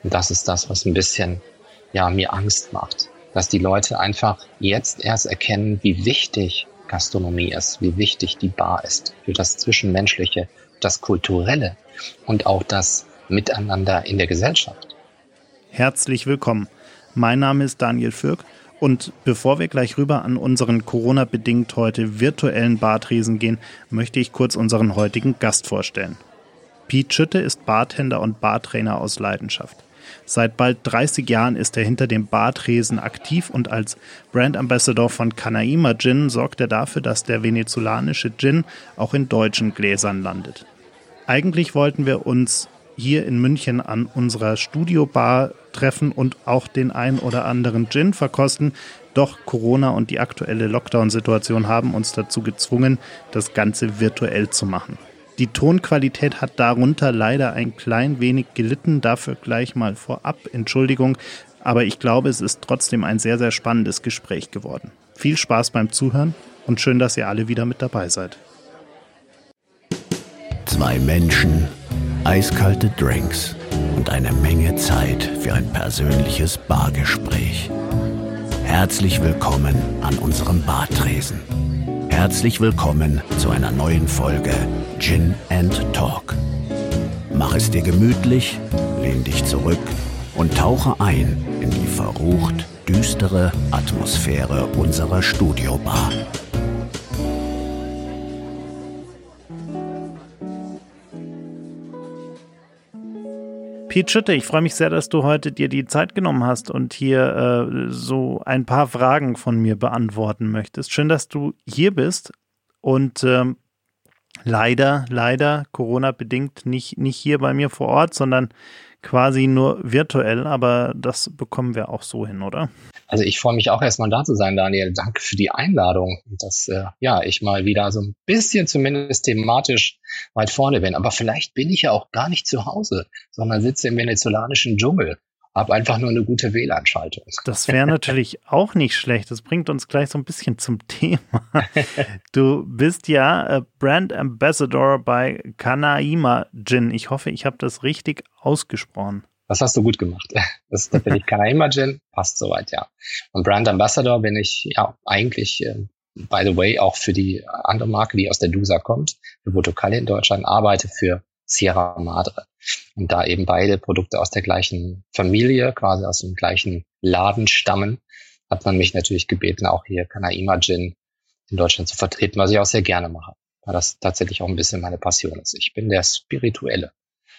Und das ist das, was ein bisschen, mir Angst macht. Dass die Leute einfach jetzt erst erkennen, wie wichtig Gastronomie ist, wie wichtig die Bar ist für das Zwischenmenschliche, das Kulturelle und auch das Miteinander in der Gesellschaft. Herzlich willkommen. Mein Name ist Daniel Fürk und bevor wir gleich rüber an unseren Corona-bedingt heute virtuellen Bartresen gehen, möchte ich kurz unseren heutigen Gast vorstellen. Piet Schütte ist Bartender und Bartrainer aus Leidenschaft. Seit bald 30 Jahren ist er hinter dem Bartresen aktiv und als Brand Ambassador von Canaima Gin sorgt er dafür, dass der venezolanische Gin auch in deutschen Gläsern landet. Eigentlich wollten wir uns hier in München an unserer Studiobar treffen und auch den ein oder anderen Gin verkosten. Doch Corona und die aktuelle Lockdown-Situation haben uns dazu gezwungen, das Ganze virtuell zu machen. Die Tonqualität hat darunter leider ein klein wenig gelitten, dafür gleich mal vorab Entschuldigung, aber ich glaube, es ist trotzdem ein sehr, sehr spannendes Gespräch geworden. Viel Spaß beim Zuhören und schön, dass ihr alle wieder mit dabei seid. Zwei Menschen, eiskalte Drinks und eine Menge Zeit für ein persönliches Bargespräch. Herzlich willkommen an unserem Bartresen. Herzlich willkommen zu einer neuen Folge Gin and Talk. Mach es dir gemütlich, lehn dich zurück und tauche ein in die verrucht düstere Atmosphäre unserer Studiobar. Piet Schütte, ich freue mich sehr, dass du heute dir die Zeit genommen hast und hier so ein paar Fragen von mir beantworten möchtest. Schön, dass du hier bist und leider Corona-bedingt nicht hier bei mir vor Ort, sondern quasi nur virtuell, aber das bekommen wir auch so hin, oder? Also ich freue mich auch erstmal da zu sein, Daniel. Danke für die Einladung, dass ich mal wieder so ein bisschen zumindest thematisch weit vorne bin. Aber vielleicht bin ich ja auch gar nicht zu Hause, sondern sitze im venezolanischen Dschungel. Hab einfach nur eine gute WLAN-Schaltung. Das wäre natürlich auch nicht schlecht. Das bringt uns gleich so ein bisschen zum Thema. Du bist ja Brand Ambassador bei Canaima Gin. Ich hoffe, ich habe das richtig ausgesprochen. Das hast du gut gemacht. Da bin ich Canaima Gin, passt soweit, ja. Und Brand Ambassador bin ich eigentlich, by the way, auch für die andere Marke, die aus der DUSA kommt, für Botucali in Deutschland, arbeite für Sierra Madre. Und da eben beide Produkte aus der gleichen Familie, quasi aus dem gleichen Laden stammen, hat man mich natürlich gebeten, auch hier Canaima Gin in Deutschland zu vertreten, was ich auch sehr gerne mache, weil das tatsächlich auch ein bisschen meine Passion ist. Ich bin der Spirituelle.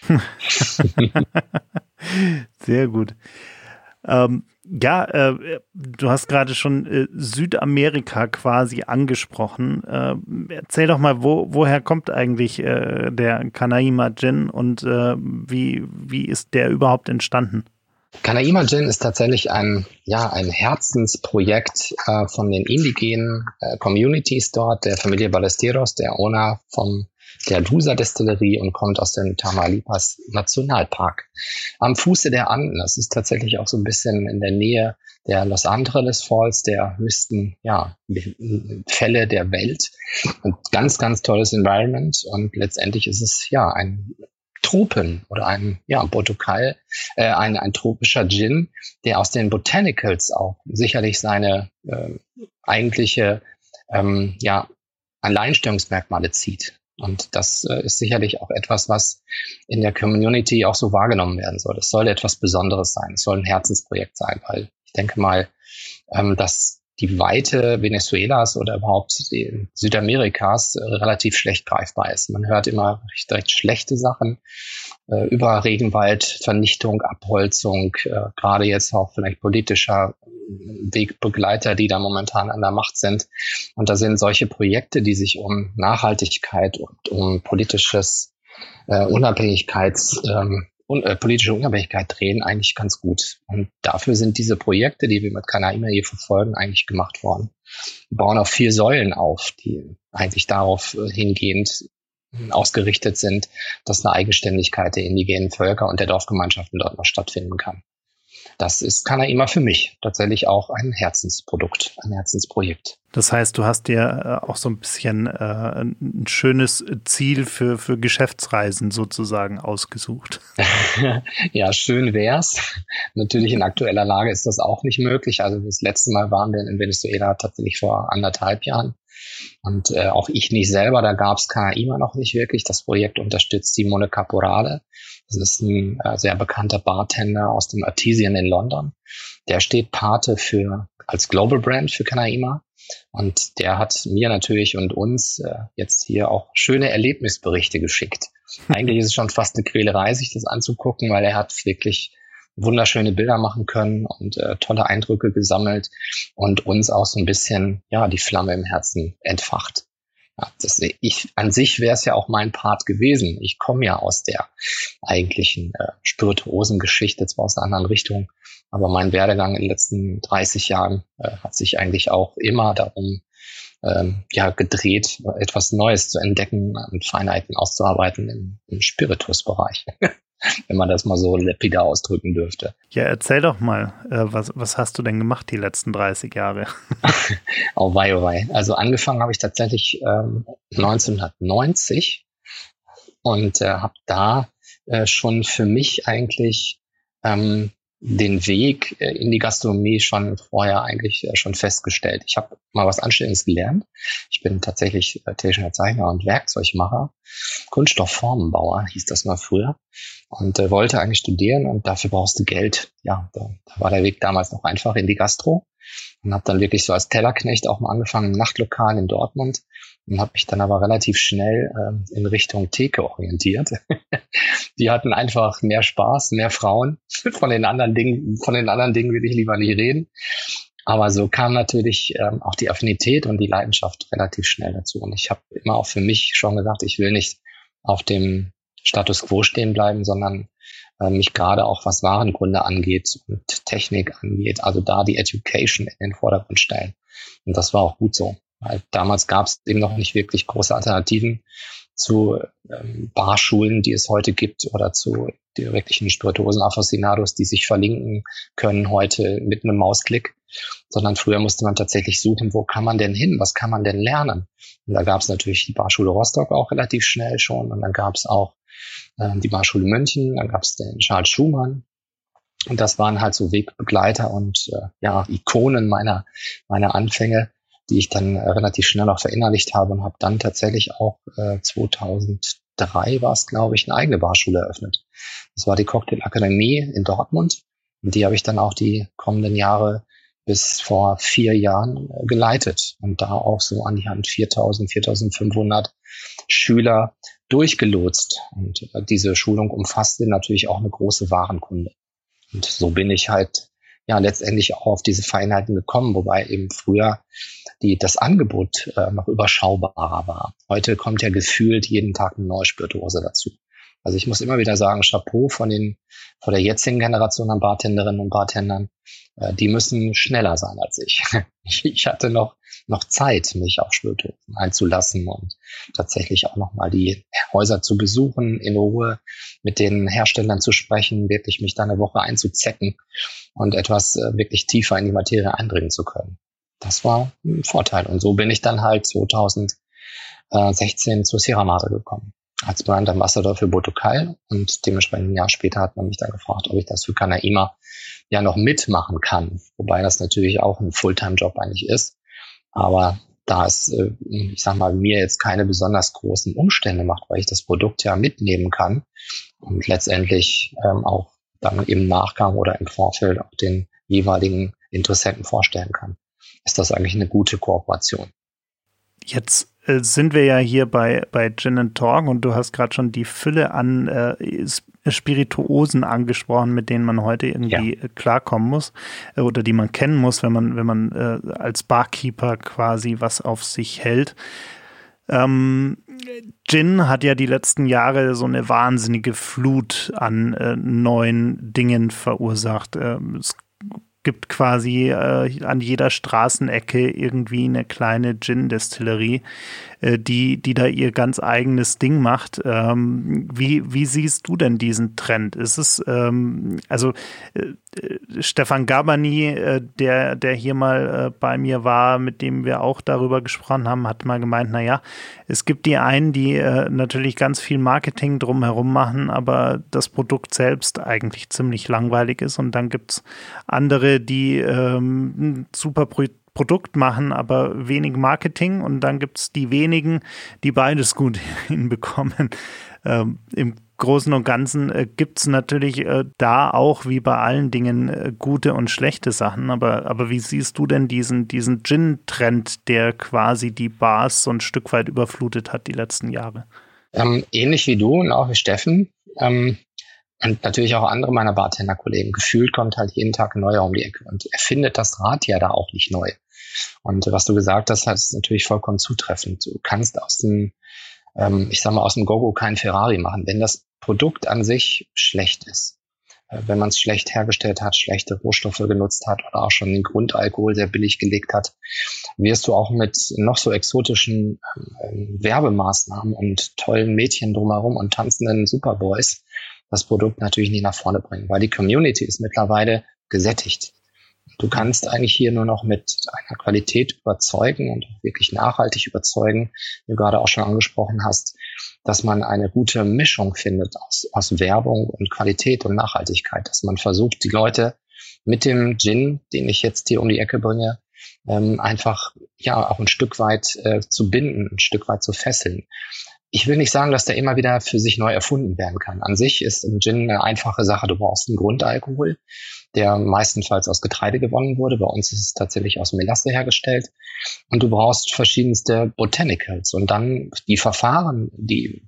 Sehr gut. Du hast gerade schon Südamerika quasi angesprochen. Erzähl doch mal, woher kommt eigentlich der Canaima Gin und wie ist der überhaupt entstanden? Canaima Gin ist tatsächlich ein Herzensprojekt von den indigenen Communities dort, der Familie Ballesteros, der Owner von der DUSA-Destillerie und kommt aus dem Tamaulipas Nationalpark am Fuße der Anden. Das ist tatsächlich auch so ein bisschen in der Nähe der Los Angeles Falls, der höchsten Fälle der Welt. Und ganz, ganz tolles Environment. Und letztendlich ist es ein Tropen oder ein Botucal, ein tropischer Gin, der aus den Botanicals auch sicherlich seine eigentliche Alleinstellungsmerkmale zieht. Und das ist sicherlich auch etwas, was in der Community auch so wahrgenommen werden soll. Es soll etwas Besonderes sein. Es soll ein Herzensprojekt sein, weil ich denke mal, dass die Weite Venezuelas oder überhaupt Südamerikas relativ schlecht greifbar ist. Man hört immer recht schlechte Sachen über Regenwaldvernichtung, Abholzung, gerade jetzt auch vielleicht politischer Wegbegleiter, die da momentan an der Macht sind. Und da sind solche Projekte, die sich um Nachhaltigkeit und um politische Unabhängigkeit drehen, eigentlich ganz gut. Und dafür sind diese Projekte, die wir mit Canaima hier verfolgen, eigentlich gemacht worden. Wir bauen auf 4 Säulen auf, die eigentlich darauf hingehend ausgerichtet sind, dass eine Eigenständigkeit der indigenen Völker und der Dorfgemeinschaften dort noch stattfinden kann. das ist Canaima für mich tatsächlich auch ein Herzensprodukt, ein Herzensprojekt. Das heißt, du hast dir auch so ein bisschen ein schönes Ziel für Geschäftsreisen sozusagen ausgesucht. Ja, schön wär's. Natürlich in aktueller Lage ist das auch nicht möglich. Also das letzte Mal waren wir in Venezuela tatsächlich vor 1,5 Jahren. Und auch ich nicht selber, da gab's Canaima noch nicht wirklich. Das Projekt unterstützt Simone Caporale. Das ist ein sehr bekannter Bartender aus dem Artesian in London. Der steht Pate als Global Brand für Canaima. Und der hat mir natürlich und uns jetzt hier auch schöne Erlebnisberichte geschickt. Eigentlich ist es schon fast eine Quälerei, sich das anzugucken, weil er hat wirklich wunderschöne Bilder machen können und tolle Eindrücke gesammelt und uns auch so ein bisschen die Flamme im Herzen entfacht. Ja, an sich wäre es ja auch mein Part gewesen. Ich komme ja aus der eigentlichen Spirituosengeschichte, zwar aus einer anderen Richtung, aber mein Werdegang in den letzten 30 Jahren hat sich eigentlich auch immer darum gedreht, etwas Neues zu entdecken und Feinheiten auszuarbeiten im Spiritusbereich. Wenn man das mal so lapidar ausdrücken dürfte. Ja, erzähl doch mal, was hast du denn gemacht die letzten 30 Jahre? Oh wei. Also angefangen habe ich tatsächlich 1990 und habe da schon für mich eigentlich den Weg in die Gastronomie schon vorher eigentlich schon festgestellt. Ich habe mal was Anständiges gelernt. Ich bin tatsächlich technischer Zeichner und Werkzeugmacher. Kunststoffformenbauer hieß das mal früher. Und wollte eigentlich studieren und dafür brauchst du Geld. Ja, da war der Weg damals noch einfach in die Gastro. Und habe dann wirklich so als Tellerknecht auch mal angefangen im Nachtlokal in Dortmund und habe mich dann aber relativ schnell in Richtung Theke orientiert. Die hatten einfach mehr Spaß, mehr Frauen. Von den anderen Dingen will ich lieber nicht reden. Aber so kam natürlich auch die Affinität und die Leidenschaft relativ schnell dazu. Und ich habe immer auch für mich schon gesagt, ich will nicht auf dem Status quo stehen bleiben, sondern mich gerade auch was Warenkunde angeht und Technik angeht, also da die Education in den Vordergrund stellen. Und das war auch gut so, weil damals gab es eben noch nicht wirklich große Alternativen zu Barschulen, die es heute gibt, oder zu die wirklichen Spirituosen-Aficionados, die sich verlinken können heute mit einem Mausklick, sondern früher musste man tatsächlich suchen, wo kann man denn hin, was kann man denn lernen? Und da gab es natürlich die Barschule Rostock auch relativ schnell schon und dann gab es auch die Barschule München, dann gab es den Charles Schumann und das waren halt so Wegbegleiter und Ikonen meiner Anfänge, die ich dann relativ schnell auch verinnerlicht habe und habe dann tatsächlich auch 2003 war es, glaube ich, eine eigene Barschule eröffnet. Das war die Cocktailakademie in Dortmund und die habe ich dann auch die kommenden Jahre bis vor 4 Jahren geleitet und da auch so an die Hand 4.500 Schüler durchgelotst. Und diese Schulung umfasste natürlich auch eine große Warenkunde. Und so bin ich halt letztendlich auch auf diese Feinheiten gekommen, wobei eben früher das Angebot noch überschaubarer war. Heute kommt ja gefühlt jeden Tag eine neue Spirituose dazu. Also ich muss immer wieder sagen, Chapeau von der jetzigen Generation an Bartenderinnen und Bartendern. Die müssen schneller sein als ich. Ich hatte noch Zeit, mich auf Spirituosen einzulassen und tatsächlich auch nochmal die Häuser zu besuchen, in Ruhe mit den Herstellern zu sprechen, wirklich mich da eine Woche einzuzecken und etwas wirklich tiefer in die Materie eindringen zu können. Das war ein Vorteil. Und so bin ich dann halt 2016 zur Sierra Madre gekommen, als Brand Ambassador für Botokai und dementsprechend ein Jahr später hat man mich dann gefragt, ob ich das für Canaima ja noch mitmachen kann, wobei das natürlich auch ein Fulltime-Job eigentlich ist, aber da es, ich sag mal, mir jetzt keine besonders großen Umstände macht, weil ich das Produkt ja mitnehmen kann und letztendlich auch dann im Nachgang oder im Vorfeld auch den jeweiligen Interessenten vorstellen kann, ist das eigentlich eine gute Kooperation. Jetzt sind wir ja hier bei Gin & Talk und du hast gerade schon die Fülle an Spirituosen angesprochen, mit denen man heute irgendwie klarkommen muss oder die man kennen muss, wenn man als Barkeeper quasi was auf sich hält. Gin hat ja die letzten Jahre so eine wahnsinnige Flut an neuen Dingen verursacht. Es gibt quasi an jeder Straßenecke irgendwie eine kleine Gin-Destillerie, die da ihr ganz eigenes Ding macht. Wie siehst du denn diesen Trend? Ist es, Stefan Gabani, der hier mal bei mir war, mit dem wir auch darüber gesprochen haben, hat mal gemeint, naja, es gibt die einen, die natürlich ganz viel Marketing drumherum machen, aber das Produkt selbst eigentlich ziemlich langweilig ist. Und dann gibt es andere, die ein super Produkt machen, aber wenig Marketing. Und dann gibt es die wenigen, die beides gut hinbekommen. Im Großen und Ganzen gibt es natürlich da auch wie bei allen Dingen gute und schlechte Sachen. Aber wie siehst du denn diesen Gin-Trend, der quasi die Bars so ein Stück weit überflutet hat die letzten Jahre? Ähnlich wie du und auch wie Steffen und natürlich auch andere meiner Bartender-Kollegen. Gefühlt kommt halt jeden Tag ein neuer um die Ecke und erfindet das Rad ja da auch nicht neu. Und was du gesagt hast, ist natürlich vollkommen zutreffend. Du kannst aus dem Go-Go keinen Ferrari machen, wenn das Produkt an sich schlecht ist. Wenn man es schlecht hergestellt hat, schlechte Rohstoffe genutzt hat oder auch schon den Grundalkohol sehr billig gelegt hat, wirst du auch mit noch so exotischen Werbemaßnahmen und tollen Mädchen drumherum und tanzenden Superboys das Produkt natürlich nicht nach vorne bringen, weil die Community ist mittlerweile gesättigt. Du kannst eigentlich hier nur noch mit einer Qualität überzeugen und wirklich nachhaltig überzeugen, wie du gerade auch schon angesprochen hast, dass man eine gute Mischung findet aus Werbung und Qualität und Nachhaltigkeit, dass man versucht, die Leute mit dem Gin, den ich jetzt hier um die Ecke bringe, einfach ja auch ein Stück weit zu binden, ein Stück weit zu fesseln. Ich will nicht sagen, dass der immer wieder für sich neu erfunden werden kann. An sich ist ein Gin eine einfache Sache. Du brauchst einen Grundalkohol, der meistenfalls aus Getreide gewonnen wurde. Bei uns ist es tatsächlich aus Melasse hergestellt. Und du brauchst verschiedenste Botanicals. Und dann die Verfahren, die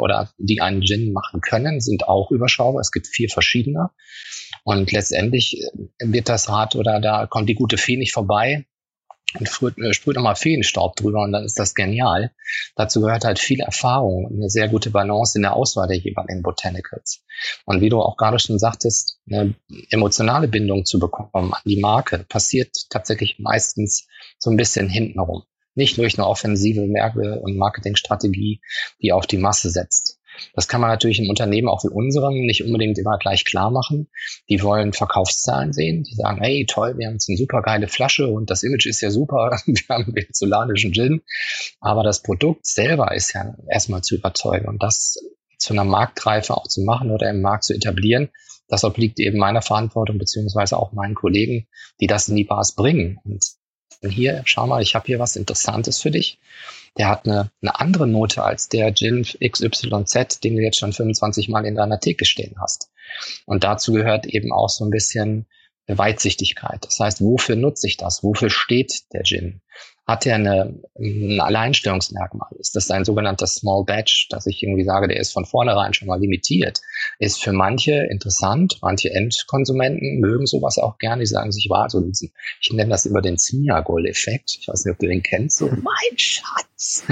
einen Gin machen können, sind auch überschaubar. Es gibt 4 verschiedene. Und letztendlich wird das Rad oder da kommt die gute Fee nicht vorbei und sprüht nochmal Feenstaub drüber und dann ist das genial. Dazu gehört halt viel Erfahrung und eine sehr gute Balance in der Auswahl der jeweiligen Botanicals. Und wie du auch gerade schon sagtest, eine emotionale Bindung zu bekommen an die Marke passiert tatsächlich meistens so ein bisschen hintenrum. Nicht durch eine offensive Werbe- und Marketingstrategie, die auf die Masse setzt. Das kann man natürlich im Unternehmen auch wie unserem nicht unbedingt immer gleich klar machen. Die wollen Verkaufszahlen sehen. Die sagen, hey, toll, wir haben jetzt eine super geile Flasche und das Image ist ja super. Wir haben den venezolanischen Gin. Aber das Produkt selber ist ja erstmal zu überzeugen. Und das zu einer Marktreife auch zu machen oder im Markt zu etablieren, das obliegt eben meiner Verantwortung beziehungsweise auch meinen Kollegen, die das in die Bars bringen. Und hier, schau mal, ich habe hier was Interessantes für dich. Der hat eine andere Note als der Gin XYZ, den du jetzt schon 25 Mal in deiner Theke stehen hast. Und dazu gehört eben auch so ein bisschen Weitsichtigkeit. Das heißt, wofür nutze ich das? Wofür steht der Gin? Hat er ein Alleinstellungsmerkmal? Ist das ein sogenannter Small Batch, dass ich irgendwie sage, der ist von vornherein schon mal limitiert? Ist für manche interessant. Manche Endkonsumenten mögen sowas auch gerne. Die sagen sich, ich nenne das immer den Smiagol-Effekt. Ich weiß nicht, ob du den kennst. So, mein Schatz!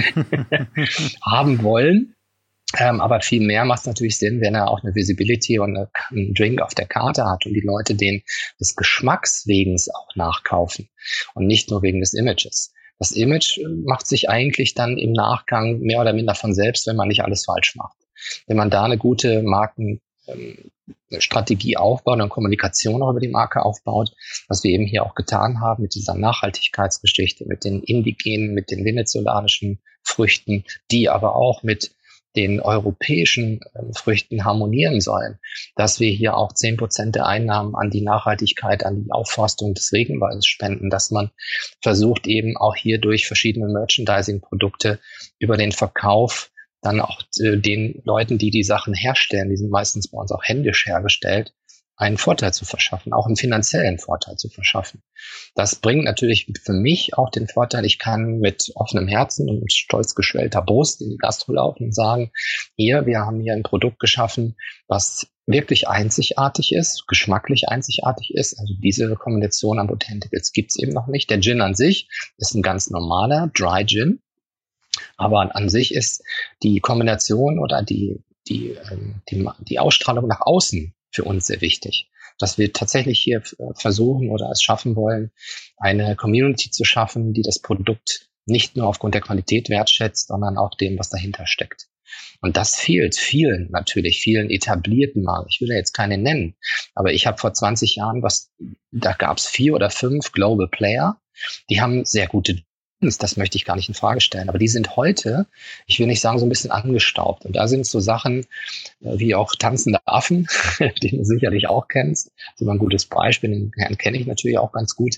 haben wollen. Aber viel mehr macht es natürlich Sinn, wenn er auch eine Visibility und einen Drink auf der Karte hat und die Leute den des Geschmacks wegen auch nachkaufen und nicht nur wegen des Images. Das Image macht sich eigentlich dann im Nachgang mehr oder minder von selbst, wenn man nicht alles falsch macht. Wenn man da eine gute Markenstrategie aufbaut und Kommunikation auch über die Marke aufbaut, was wir eben hier auch getan haben mit dieser Nachhaltigkeitsgeschichte, mit den indigenen, mit den venezolanischen Früchten, die aber auch mit den europäischen Früchten harmonieren sollen, dass wir hier auch 10% der Einnahmen an die Nachhaltigkeit, an die Aufforstung des Regenwaldes spenden, dass man versucht eben auch hier durch verschiedene Merchandising-Produkte über den Verkauf dann auch den Leuten, die die Sachen herstellen, die sind meistens bei uns auch händisch hergestellt, einen Vorteil zu verschaffen, auch einen finanziellen Vorteil zu verschaffen. Das bringt natürlich für mich auch den Vorteil, ich kann mit offenem Herzen und mit stolz geschwellter Brust in die Gastro laufen und sagen, wir haben hier ein Produkt geschaffen, was wirklich einzigartig ist, geschmacklich einzigartig ist. Also diese Kombination an Botanicals gibt's eben noch nicht. Der Gin an sich ist ein ganz normaler Dry Gin, aber an sich ist die Kombination oder die Ausstrahlung nach außen für uns sehr wichtig, dass wir tatsächlich hier versuchen oder es schaffen wollen, eine Community zu schaffen, die das Produkt nicht nur aufgrund der Qualität wertschätzt, sondern auch dem, was dahinter steckt. Und das fehlt vielen etablierten Marken. Ich will ja jetzt keine nennen, Aber ich habe vor 20 Jahren da gab es 4 oder 5 Global Player, die haben sehr gute Gins, das möchte ich gar nicht in Frage stellen. Aber die sind heute, ich will nicht sagen, so ein bisschen angestaubt. Und da sind so Sachen wie auch tanzende Affen, den du sicherlich auch kennst. Das ist immer ein gutes Beispiel, den Herrn kenne ich natürlich auch ganz gut.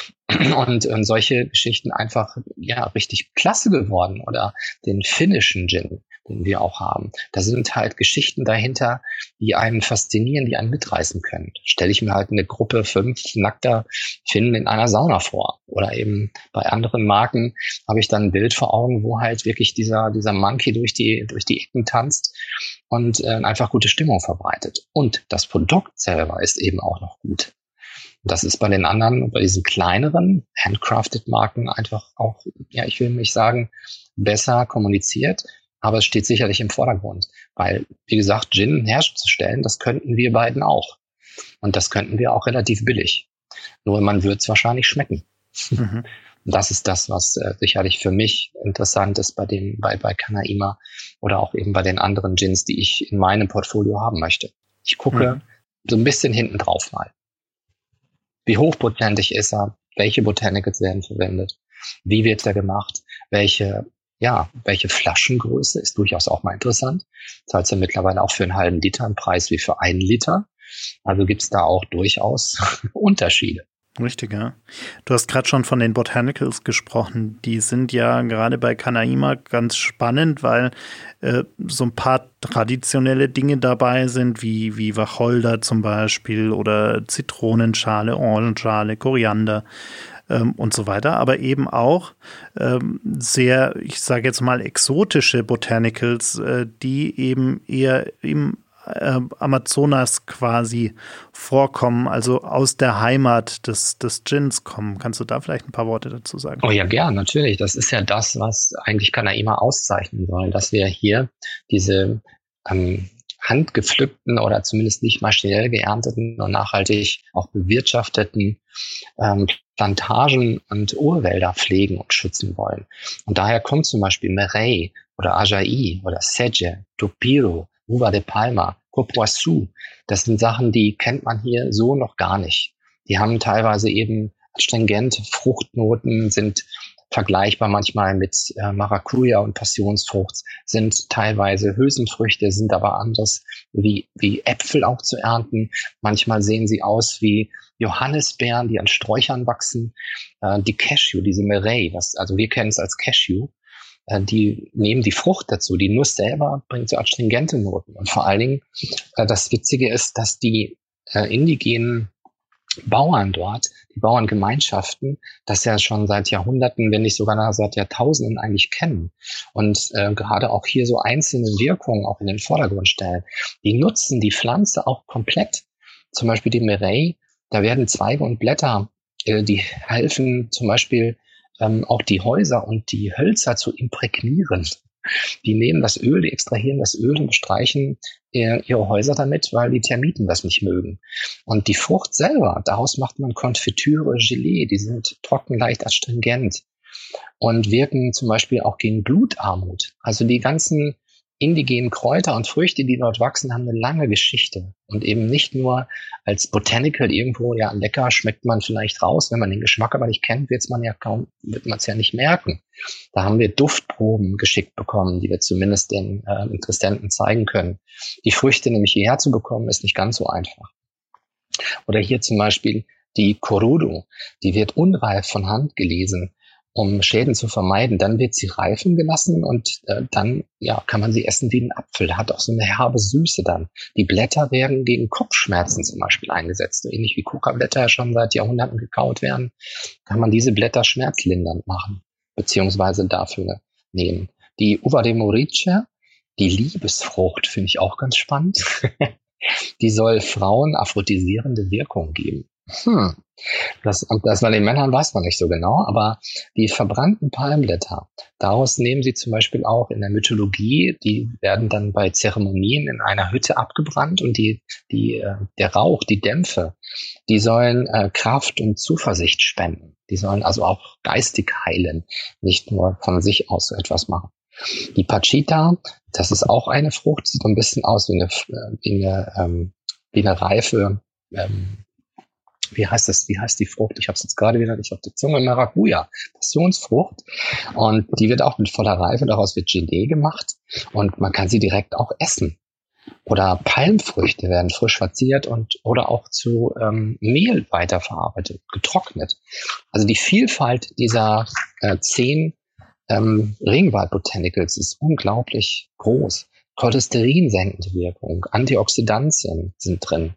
Und solche Geschichten einfach richtig klasse geworden. Oder den finnischen Gin, den wir auch haben. Da sind halt Geschichten dahinter, die einen faszinieren, die einen mitreißen können. Stelle ich mir halt eine Gruppe 5 nackter Finnen in einer Sauna vor. Oder eben bei anderen Marken habe ich dann ein Bild vor Augen, wo halt wirklich dieser Monkey durch die Ecken tanzt und einfach gute Stimmung verbreitet. Und das Produkt selber ist eben auch noch gut. Das ist bei den anderen, bei diesen kleineren Handcrafted-Marken einfach auch, ich will nicht sagen, besser kommuniziert, aber es steht sicherlich im Vordergrund. Weil, wie gesagt, Gin herzustellen, das könnten wir beiden auch. Und das könnten wir auch relativ billig. Nur man wird es wahrscheinlich schmecken. Mhm. Das ist das, was sicherlich für mich interessant ist bei Kanaima oder auch eben bei den anderen Gins, die ich in meinem Portfolio haben möchte. Ich gucke so ein bisschen hinten drauf mal. Wie hochpotentig ist er? Welche Botanicals werden verwendet? Wie wird er gemacht? Welche Flaschengröße ist durchaus auch mal interessant. Zahlt ja mittlerweile auch für einen halben Liter einen Preis wie für 1 Liter. Also gibt es da auch durchaus Unterschiede. Richtig, ja. Du hast gerade schon von den Botanicals gesprochen. Die sind ja gerade bei Kanaima ganz spannend, weil so ein paar traditionelle Dinge dabei sind, wie Wacholder zum Beispiel oder Zitronenschale, Orangenschale, Koriander und so weiter. Aber eben auch sehr, ich sage jetzt mal, exotische Botanicals, die eben eher im Amazonas quasi vorkommen, also aus der Heimat des Gins kommen. Kannst du da vielleicht ein paar Worte dazu sagen? Oh ja, gern, natürlich. Das ist ja das, was eigentlich Kanaima auszeichnen soll, dass wir hier diese handgepflückten oder zumindest nicht maschinell geernteten und nachhaltig auch bewirtschafteten Plantagen und Urwälder pflegen und schützen wollen. Und daher kommt zum Beispiel Merey oder Ajaí oder Sedge, Tupiro, Uva de Palma, Copoaçu. Das sind Sachen, die kennt man hier so noch gar nicht. Die haben teilweise eben astringente Fruchtnoten, sind vergleichbar manchmal mit Maracuja und Passionsfrucht, sind teilweise Hülsenfrüchte, sind aber anders wie Äpfel auch zu ernten. Manchmal sehen sie aus wie Johannisbeeren, die an Sträuchern wachsen. Die Cashew, diese Merey, also wir kennen es als Cashew, die nehmen die Frucht dazu. Die Nuss selber bringt so astringente Noten. Und vor allen Dingen, das Witzige ist, dass die indigenen Bauern dort, die Bauerngemeinschaften, das ja schon seit Jahrhunderten, wenn nicht sogar seit Jahrtausenden eigentlich kennen. Und gerade auch hier so einzelne Wirkungen auch in den Vordergrund stellen. Die nutzen die Pflanze auch komplett. Zum Beispiel die Merey, da werden Zweige und Blätter, die helfen zum Beispiel auch die Häuser und die Hölzer zu imprägnieren. Die nehmen das Öl, die extrahieren das Öl und bestreichen ihre Häuser damit, weil die Termiten das nicht mögen. Und die Frucht selber, daraus macht man Konfitüre, Gelee, die sind trocken, leicht astringent und wirken zum Beispiel auch gegen Blutarmut. Also die ganzen indigenen Kräuter und Früchte, die dort wachsen, haben eine lange Geschichte und eben nicht nur als Botanical irgendwo, ja, lecker schmeckt man vielleicht raus, wenn man den Geschmack aber nicht kennt, wird man es ja nicht merken. Da haben wir Duftproben geschickt bekommen, die wir zumindest den Interessenten zeigen können. Die Früchte nämlich hierher zu bekommen, ist nicht ganz so einfach. Oder hier zum Beispiel die Corudo, die wird unreif von Hand gelesen, um Schäden zu vermeiden. Dann wird sie reifen gelassen und dann kann man sie essen wie ein Apfel. Hat auch so eine herbe Süße dann. Die Blätter werden gegen Kopfschmerzen zum Beispiel eingesetzt. So ähnlich wie Kokablätter schon seit Jahrhunderten gekaut werden, kann man diese Blätter schmerzlindernd machen, beziehungsweise dafür nehmen. Die Uva de Moriche, die Liebesfrucht, finde ich auch ganz spannend. Die soll Frauen aphrodisierende Wirkung geben. Das bei den Männern weiß man nicht so genau, aber die verbrannten Palmblätter, daraus nehmen sie zum Beispiel auch in der Mythologie, die werden dann bei Zeremonien in einer Hütte abgebrannt und der Rauch, die Dämpfe, die sollen Kraft und Zuversicht spenden. Die sollen also auch geistig heilen, nicht nur von sich aus so etwas machen. Die Pachita, das ist auch eine Frucht, sieht so ein bisschen aus wie eine reife wie heißt die Frucht? Ich habe es jetzt gerade wieder nicht auf der Zunge. Maracuja, Passionsfrucht. Und die wird auch mit voller Reife, daraus wird Gelee gemacht. Und man kann sie direkt auch essen. Oder Palmfrüchte werden frisch verziert oder auch zu Mehl weiterverarbeitet, getrocknet. Also die Vielfalt dieser 10 Regenwald-Botanicals ist unglaublich groß. Cholesterinsenkende Wirkung, Antioxidantien sind drin.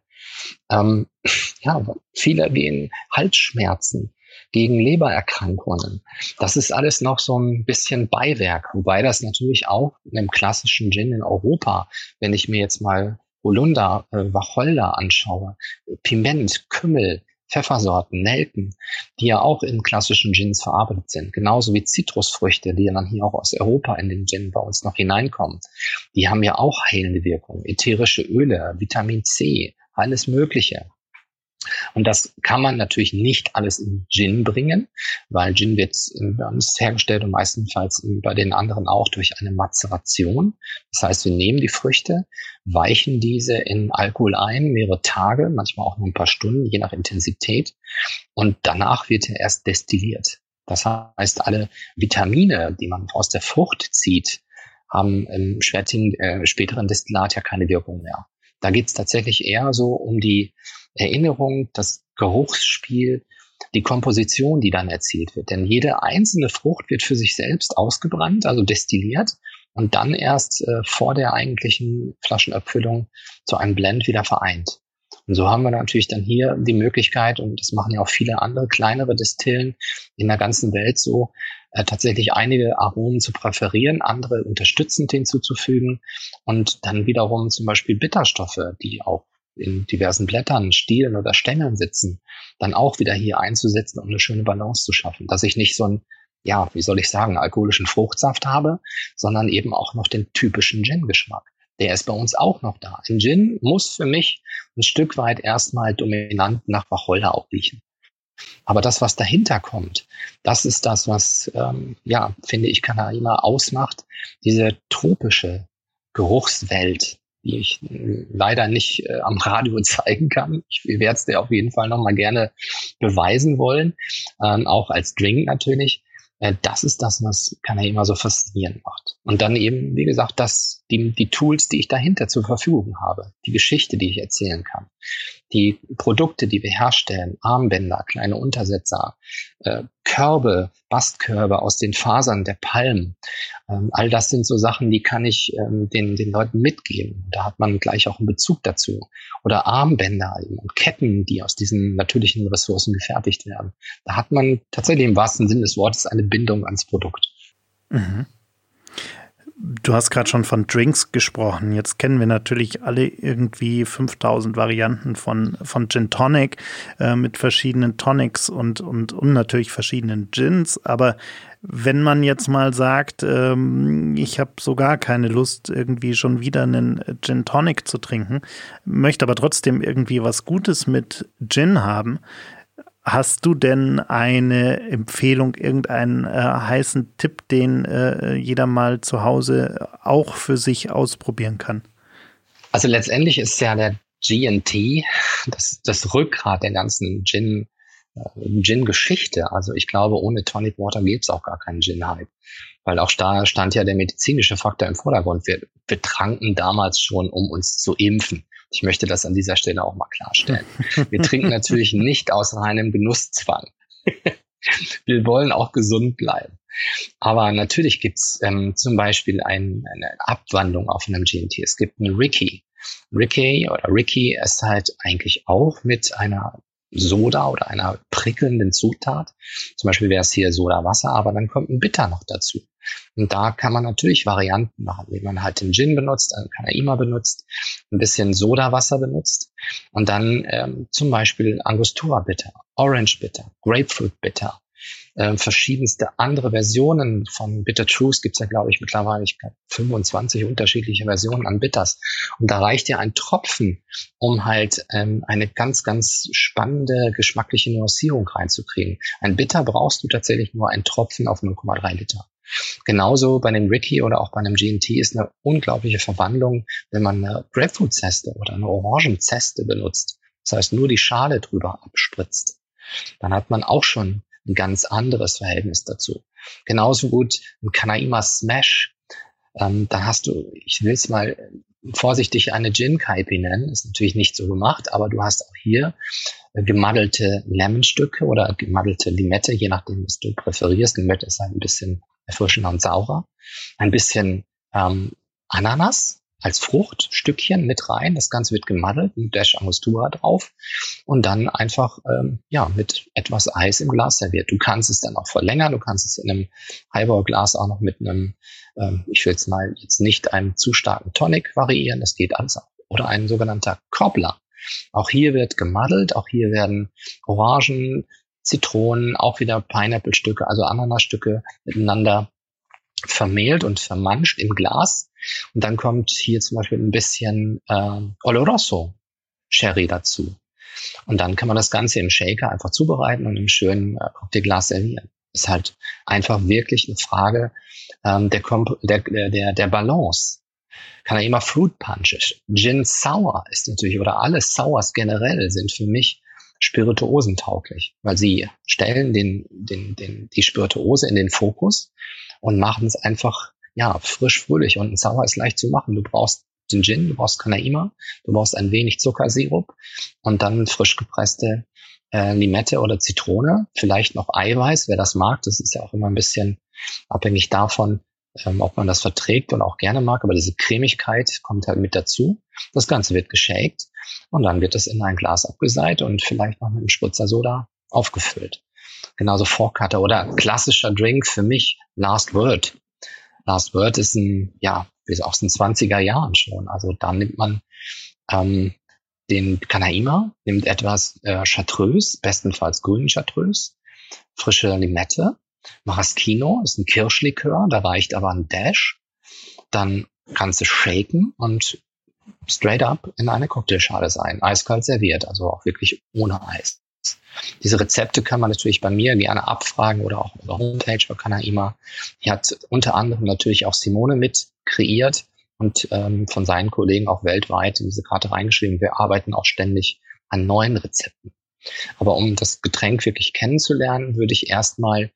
Viele gegen Halsschmerzen, gegen Lebererkrankungen. Das ist alles noch so ein bisschen Beiwerk, wobei das natürlich auch in einem klassischen Gin in Europa, wenn ich mir jetzt mal Holunder, Wacholder anschaue, Piment, Kümmel, Pfeffersorten, Nelken, die ja auch in klassischen Gins verarbeitet sind, genauso wie Zitrusfrüchte, die ja dann hier auch aus Europa in den Gin bei uns noch hineinkommen. Die haben ja auch heilende Wirkung, ätherische Öle, Vitamin C, alles Mögliche. Und das kann man natürlich nicht alles in Gin bringen, weil Gin wird bei uns hergestellt und meistenfalls bei den anderen auch durch eine Mazeration. Das heißt, wir nehmen die Früchte, weichen diese in Alkohol ein, mehrere Tage, manchmal auch nur ein paar Stunden, je nach Intensität. Und danach wird er erst destilliert. Das heißt, alle Vitamine, die man aus der Frucht zieht, haben im späteren Destillat ja keine Wirkung mehr. Da geht es tatsächlich eher so um die Erinnerung, das Geruchsspiel, die Komposition, die dann erzielt wird. Denn jede einzelne Frucht wird für sich selbst ausgebrannt, also destilliert und dann erst vor der eigentlichen Flaschenabfüllung zu einem Blend wieder vereint. Und so haben wir natürlich dann hier die Möglichkeit, und das machen ja auch viele andere kleinere Destillen in der ganzen Welt so, tatsächlich einige Aromen zu präferieren, andere unterstützend hinzuzufügen und dann wiederum zum Beispiel Bitterstoffe, die auch in diversen Blättern, Stielen oder Stängeln sitzen, dann auch wieder hier einzusetzen, um eine schöne Balance zu schaffen. Dass ich nicht so einen, alkoholischen Fruchtsaft habe, sondern eben auch noch den typischen Gin-Geschmack. Der ist bei uns auch noch da. Ein Gin muss für mich ein Stück weit erstmal dominant nach Wacholder auch riechen. Aber das, was dahinter kommt, das ist das, was, finde ich, Canaima ausmacht. Diese tropische Geruchswelt, die ich leider nicht am Radio zeigen kann. Ich werde es dir auf jeden Fall nochmal gerne beweisen wollen, auch als Drink natürlich. Das ist das, was Canaima so faszinierend macht. Und dann eben, wie gesagt, die Tools, die ich dahinter zur Verfügung habe, die Geschichte, die ich erzählen kann, die Produkte, die wir herstellen, Armbänder, kleine Untersetzer, Körbe, Bastkörbe aus den Fasern der Palmen. All das sind so Sachen, die kann ich den Leuten mitgeben. Da hat man gleich auch einen Bezug dazu. Oder Armbänder und Ketten, die aus diesen natürlichen Ressourcen gefertigt werden. Da hat man tatsächlich im wahrsten Sinne des Wortes eine Bindung ans Produkt. Mhm. Du hast gerade schon von Drinks gesprochen. Jetzt kennen wir natürlich alle irgendwie 5000 Varianten von Gin Tonic mit verschiedenen Tonics und natürlich verschiedenen Gins. Aber wenn man jetzt mal sagt, ich habe so gar keine Lust, irgendwie schon wieder einen Gin Tonic zu trinken, möchte aber trotzdem irgendwie was Gutes mit Gin haben, hast du denn eine Empfehlung, irgendeinen heißen Tipp, den jeder mal zu Hause auch für sich ausprobieren kann? Also letztendlich ist ja der G&T das Rückgrat der ganzen Gin-Geschichte. Also ich glaube, ohne Tonic Water gäbe es auch gar keinen Gin-Hype. Weil auch da stand ja der medizinische Faktor im Vordergrund. Wir tranken damals schon, um uns zu impfen. Ich möchte das an dieser Stelle auch mal klarstellen. Wir trinken natürlich nicht aus reinem Genusszwang. Wir wollen auch gesund bleiben. Aber natürlich gibt's zum Beispiel eine Abwandlung auf einem G&T. Es gibt einen Ricky. Ricky ist halt eigentlich auch mit einer Soda oder einer prickelnden Zutat. Zum Beispiel wäre es hier Sodawasser, aber dann kommt ein Bitter noch dazu. Und da kann man natürlich Varianten machen, wie man halt den Gin benutzt, Canaima benutzt, ein bisschen Sodawasser benutzt und dann zum Beispiel Angostura Bitter, Orange Bitter, Grapefruit Bitter, verschiedenste andere Versionen von Bitter Truth gibt's ja, glaube ich, mittlerweile 25 unterschiedliche Versionen an Bitters. Und da reicht ja ein Tropfen, um halt eine ganz, ganz spannende geschmackliche Nuancierung reinzukriegen. Ein Bitter brauchst du tatsächlich nur einen Tropfen auf 0,3 Liter. Genauso bei einem Ricky oder auch bei einem G&T ist eine unglaubliche Verwandlung, wenn man eine Grapefruit-Zeste oder eine Orangenzeste benutzt. das heißt nur die Schale drüber abspritzt, dann hat man auch schon ein ganz anderes Verhältnis dazu. Genauso gut ein Kanaima Smash. Dann hast du, ich will es mal vorsichtig eine Gin Kaipi nennen, ist natürlich nicht so gemacht, aber du hast auch hier gemaddelte Lemonstücke oder gemaddelte Limette, je nachdem, was du präferierst. Limette ist halt ein bisschen erfrischender und saurer. Ein bisschen Ananas als Fruchtstückchen mit rein. Das Ganze wird gemaddelt, ein Dash Angostura drauf und dann einfach mit etwas Eis im Glas serviert. Du kannst es dann auch verlängern, du kannst es in einem Highball-Glas auch noch mit einem, ich will jetzt nicht einen zu starken Tonic variieren, das geht alles auch. Oder ein sogenannter Cobbler. Auch hier wird gemaddelt, auch hier werden Orangen, Zitronen, auch wieder Pineapple-Stücke, also Ananasstücke miteinander vermehlt und vermanscht im Glas. Und dann kommt hier zum Beispiel ein bisschen Oloroso Sherry dazu. Und dann kann man das Ganze im Shaker einfach zubereiten und im schönen Cocktailglas servieren. Das ist halt einfach wirklich eine Frage der Balance. Kanaima Fruit Punch, Gin Sour ist natürlich, oder alle Sours generell sind für mich spirituosentauglich, weil sie stellen die Spirituose in den Fokus und machen es einfach frisch, fröhlich. Und ein Sour ist leicht zu machen. Du brauchst den Gin, du brauchst Kanaima, du brauchst ein wenig Zuckersirup und dann frisch gepresste Limette oder Zitrone, vielleicht noch Eiweiß, wer das mag. Das ist ja auch immer ein bisschen abhängig davon, ob man das verträgt und auch gerne mag, aber diese Cremigkeit kommt halt mit dazu. Das Ganze wird geshakt und dann wird es in ein Glas abgeseit und vielleicht noch mit einem Spritzer Soda aufgefüllt. Genauso Fork-Cutter oder klassischer Drink für mich, Last Word. Last Word ist wie aus den 20er Jahren schon. Also da nimmt man den Kanaima, nimmt etwas Chartreuse, bestenfalls grünen Chartreuse, frische Limette, Maraschino ist ein Kirschlikör, da reicht aber ein Dash. Dann kannst du shaken und straight up in eine Cocktailschale sein, eiskalt serviert, also auch wirklich ohne Eis. Diese Rezepte kann man natürlich bei mir gerne abfragen oder auch auf der Homepage bei Kanaima. Die hat unter anderem natürlich auch Simone mit kreiert und von seinen Kollegen auch weltweit in diese Karte reingeschrieben. Wir arbeiten auch ständig an neuen Rezepten. Aber um das Getränk wirklich kennenzulernen, würde ich erstmal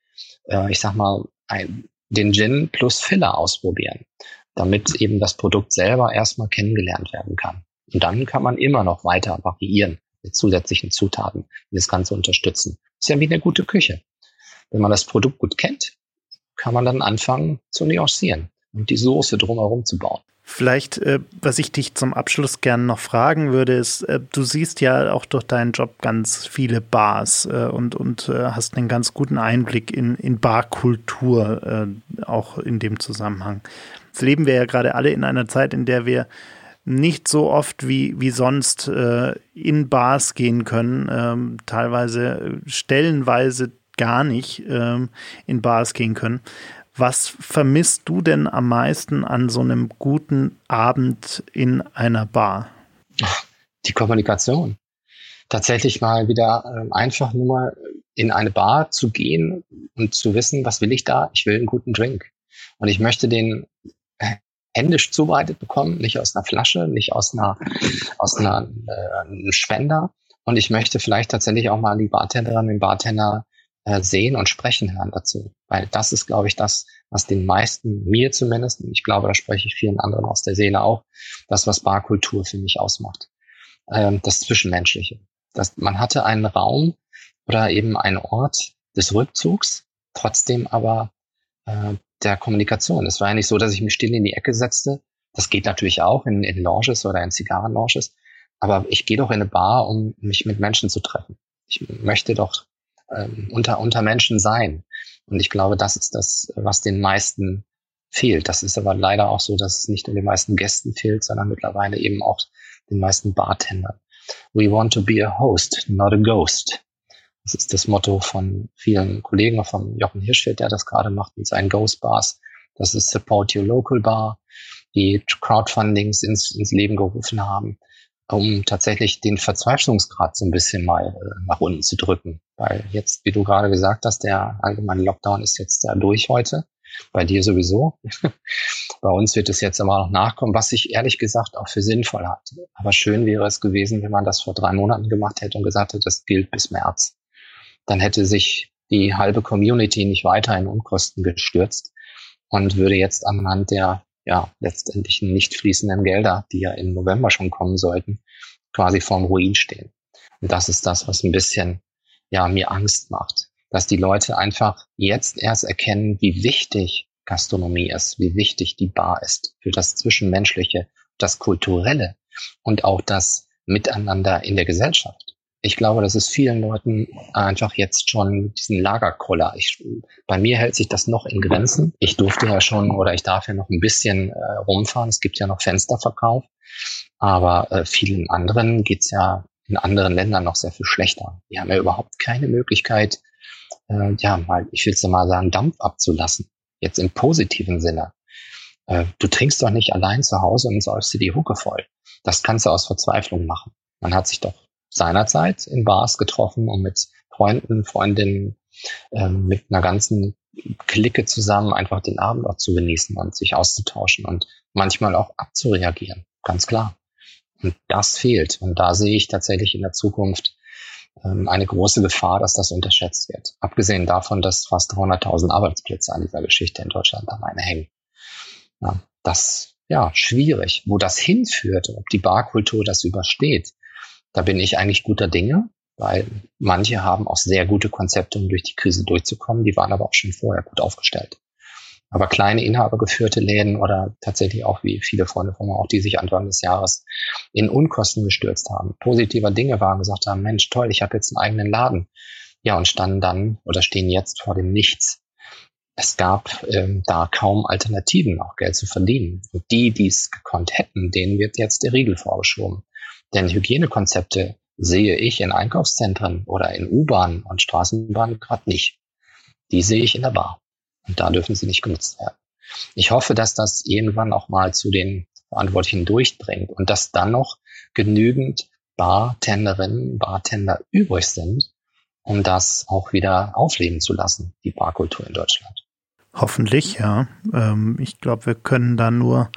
den Gin plus Filler ausprobieren, damit eben das Produkt selber erstmal kennengelernt werden kann. Und dann kann man immer noch weiter variieren mit zusätzlichen Zutaten, die das Ganze unterstützen. Das ist ja wie eine gute Küche. Wenn man das Produkt gut kennt, kann man dann anfangen zu nuancieren und die Soße drumherum zu bauen. Vielleicht, was ich dich zum Abschluss gerne noch fragen würde, ist, du siehst ja auch durch deinen Job ganz viele Bars und hast einen ganz guten Einblick in Barkultur, auch in dem Zusammenhang. Jetzt leben wir ja gerade alle in einer Zeit, in der wir nicht so oft wie sonst in Bars gehen können, teilweise stellenweise gar nicht in Bars gehen können. Was vermisst du denn am meisten an so einem guten Abend in einer Bar? Die Kommunikation. Tatsächlich mal wieder einfach nur mal in eine Bar zu gehen und zu wissen, was will ich da? Ich will einen guten Drink. Und ich möchte den händisch zubereitet bekommen, nicht aus einer Flasche, nicht aus einem Spender. Und ich möchte vielleicht tatsächlich auch mal die Bartenderin, den Bartender sehen und sprechen hören dazu. Weil das ist, glaube ich, das, was den meisten, mir zumindest, und ich glaube, da spreche ich vielen anderen aus der Seele auch, das, was Barkultur für mich ausmacht. Das Zwischenmenschliche. Man hatte einen Raum oder eben einen Ort des Rückzugs, trotzdem aber der Kommunikation. Es war ja nicht so, dass ich mich still in die Ecke setzte. Das geht natürlich auch in Lounges oder in Zigarrenlounges. Aber ich gehe doch in eine Bar, um mich mit Menschen zu treffen. Ich möchte doch unter Menschen sein. Und ich glaube, das ist das, was den meisten fehlt. Das ist aber leider auch so, dass es nicht nur den meisten Gästen fehlt, sondern mittlerweile eben auch den meisten Bartendern. We want to be a host, not a ghost. Das ist das Motto von vielen Kollegen, von Jochen Hirschfeld, der das gerade macht mit seinen Ghost Bars. Das ist Support Your Local Bar, die Crowdfundings ins Leben gerufen haben, um tatsächlich den Verzweiflungsgrad so ein bisschen mal nach unten zu drücken. Weil jetzt, wie du gerade gesagt hast, der allgemeine Lockdown ist jetzt ja durch heute. Bei dir sowieso. Bei uns wird es jetzt immer noch nachkommen, was ich ehrlich gesagt auch für sinnvoll halte. Aber schön wäre es gewesen, wenn man das vor 3 Monaten gemacht hätte und gesagt hätte, das gilt bis März. Dann hätte sich die halbe Community nicht weiter in Unkosten gestürzt und würde jetzt anhand der letztendlichen nicht fließenden Gelder, die ja im November schon kommen sollten, quasi vorm Ruin stehen. Und das ist das, was ein bisschen mir Angst macht, dass die Leute einfach jetzt erst erkennen, wie wichtig Gastronomie ist, wie wichtig die Bar ist für das Zwischenmenschliche, das Kulturelle und auch das Miteinander in der Gesellschaft. Ich glaube, das ist vielen Leuten einfach jetzt schon diesen Lagerkoller. Bei mir hält sich das noch in Grenzen. Ich darf ja noch ein bisschen rumfahren. Es gibt ja noch Fensterverkauf. Aber vielen anderen geht's ja in anderen Ländern noch sehr viel schlechter. Die haben ja überhaupt keine Möglichkeit, ich will es mal sagen, Dampf abzulassen. Jetzt im positiven Sinne. Du trinkst doch nicht allein zu Hause und säufst dir die Hucke voll. Das kannst du aus Verzweiflung machen. Man hat sich doch seinerzeit in Bars getroffen und mit Freunden, Freundinnen, mit einer ganzen Clique zusammen einfach den Abend auch zu genießen und sich auszutauschen und manchmal auch abzureagieren. Ganz klar. Und das fehlt. Und da sehe ich tatsächlich in der Zukunft eine große Gefahr, dass das unterschätzt wird. Abgesehen davon, dass fast 300.000 Arbeitsplätze an dieser Geschichte in Deutschland alleine hängen. Ja, das, schwierig. Wo das hinführt, ob die Barkultur das übersteht, da bin ich eigentlich guter Dinge, weil manche haben auch sehr gute Konzepte, um durch die Krise durchzukommen. Die waren aber auch schon vorher gut aufgestellt. Aber kleine inhabergeführte Läden oder tatsächlich auch wie viele Freunde von mir auch, die sich Anfang des Jahres in Unkosten gestürzt haben, positiver Dinge waren, gesagt haben, Mensch, toll, ich habe jetzt einen eigenen Laden. Ja, und standen dann oder stehen jetzt vor dem Nichts. Es gab da kaum Alternativen, auch Geld zu verdienen. Und die es gekonnt hätten, denen wird jetzt der Riegel vorgeschoben. Denn Hygienekonzepte sehe ich in Einkaufszentren oder in U-Bahnen und Straßenbahnen gerade nicht. Die sehe ich in der Bar. Und da dürfen sie nicht genutzt werden. Ich hoffe, dass das irgendwann auch mal zu den Verantwortlichen durchdringt und dass dann noch genügend Bartenderinnen, Bartender übrig sind, um das auch wieder aufleben zu lassen, die Barkultur in Deutschland. Hoffentlich, ja. Ich glaube, wir können da nur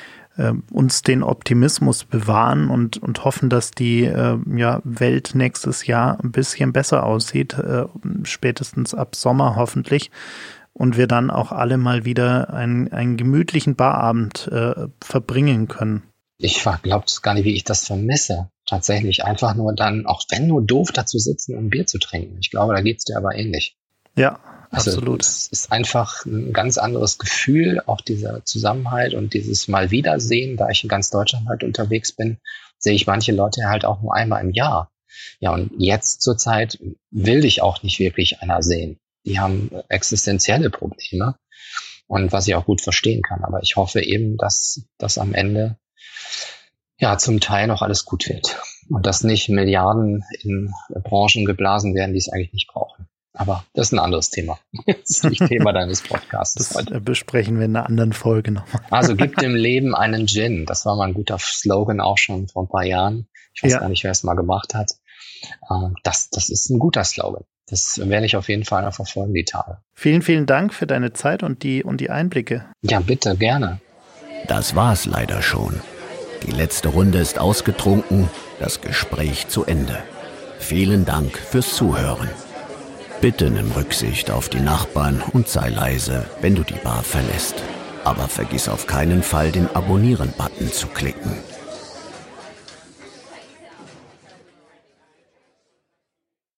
uns den Optimismus bewahren und hoffen, dass die Welt nächstes Jahr ein bisschen besser aussieht, spätestens ab Sommer hoffentlich. Und wir dann auch alle mal wieder einen gemütlichen Barabend verbringen können. Ich glaube gar nicht, wie ich das vermisse. Tatsächlich einfach nur dann, auch wenn nur doof dazu sitzen, um Bier zu trinken. Ich glaube, da geht's dir aber ähnlich. Ja, also absolut. Es ist einfach ein ganz anderes Gefühl, auch dieser Zusammenhalt und dieses Mal Wiedersehen. Da ich in ganz Deutschland halt unterwegs bin, sehe ich manche Leute halt auch nur einmal im Jahr. Ja, und jetzt zur Zeit will ich auch nicht wirklich einer sehen. Die haben existenzielle Probleme und was ich auch gut verstehen kann. Aber ich hoffe eben, dass das am Ende zum Teil noch alles gut wird und dass nicht Milliarden in Branchen geblasen werden, die es eigentlich nicht brauchen. Aber das ist ein anderes Thema. Das ist nicht Thema deines Podcasts. Das besprechen wir in einer anderen Folge nochmal. Also gib dem Leben einen Gin. Das war mal ein guter Slogan auch schon vor ein paar Jahren. Ich weiß gar nicht, wer es mal gemacht hat. Das ist ein guter Slogan. Das werde ich auf jeden Fall noch verfolgen, die Tage. Vielen, vielen Dank für deine Zeit und die Einblicke. Ja, bitte, gerne. Das war's leider schon. Die letzte Runde ist ausgetrunken, das Gespräch zu Ende. Vielen Dank fürs Zuhören. Bitte nimm Rücksicht auf die Nachbarn und sei leise, wenn du die Bar verlässt. Aber vergiss auf keinen Fall, den Abonnieren-Button zu klicken.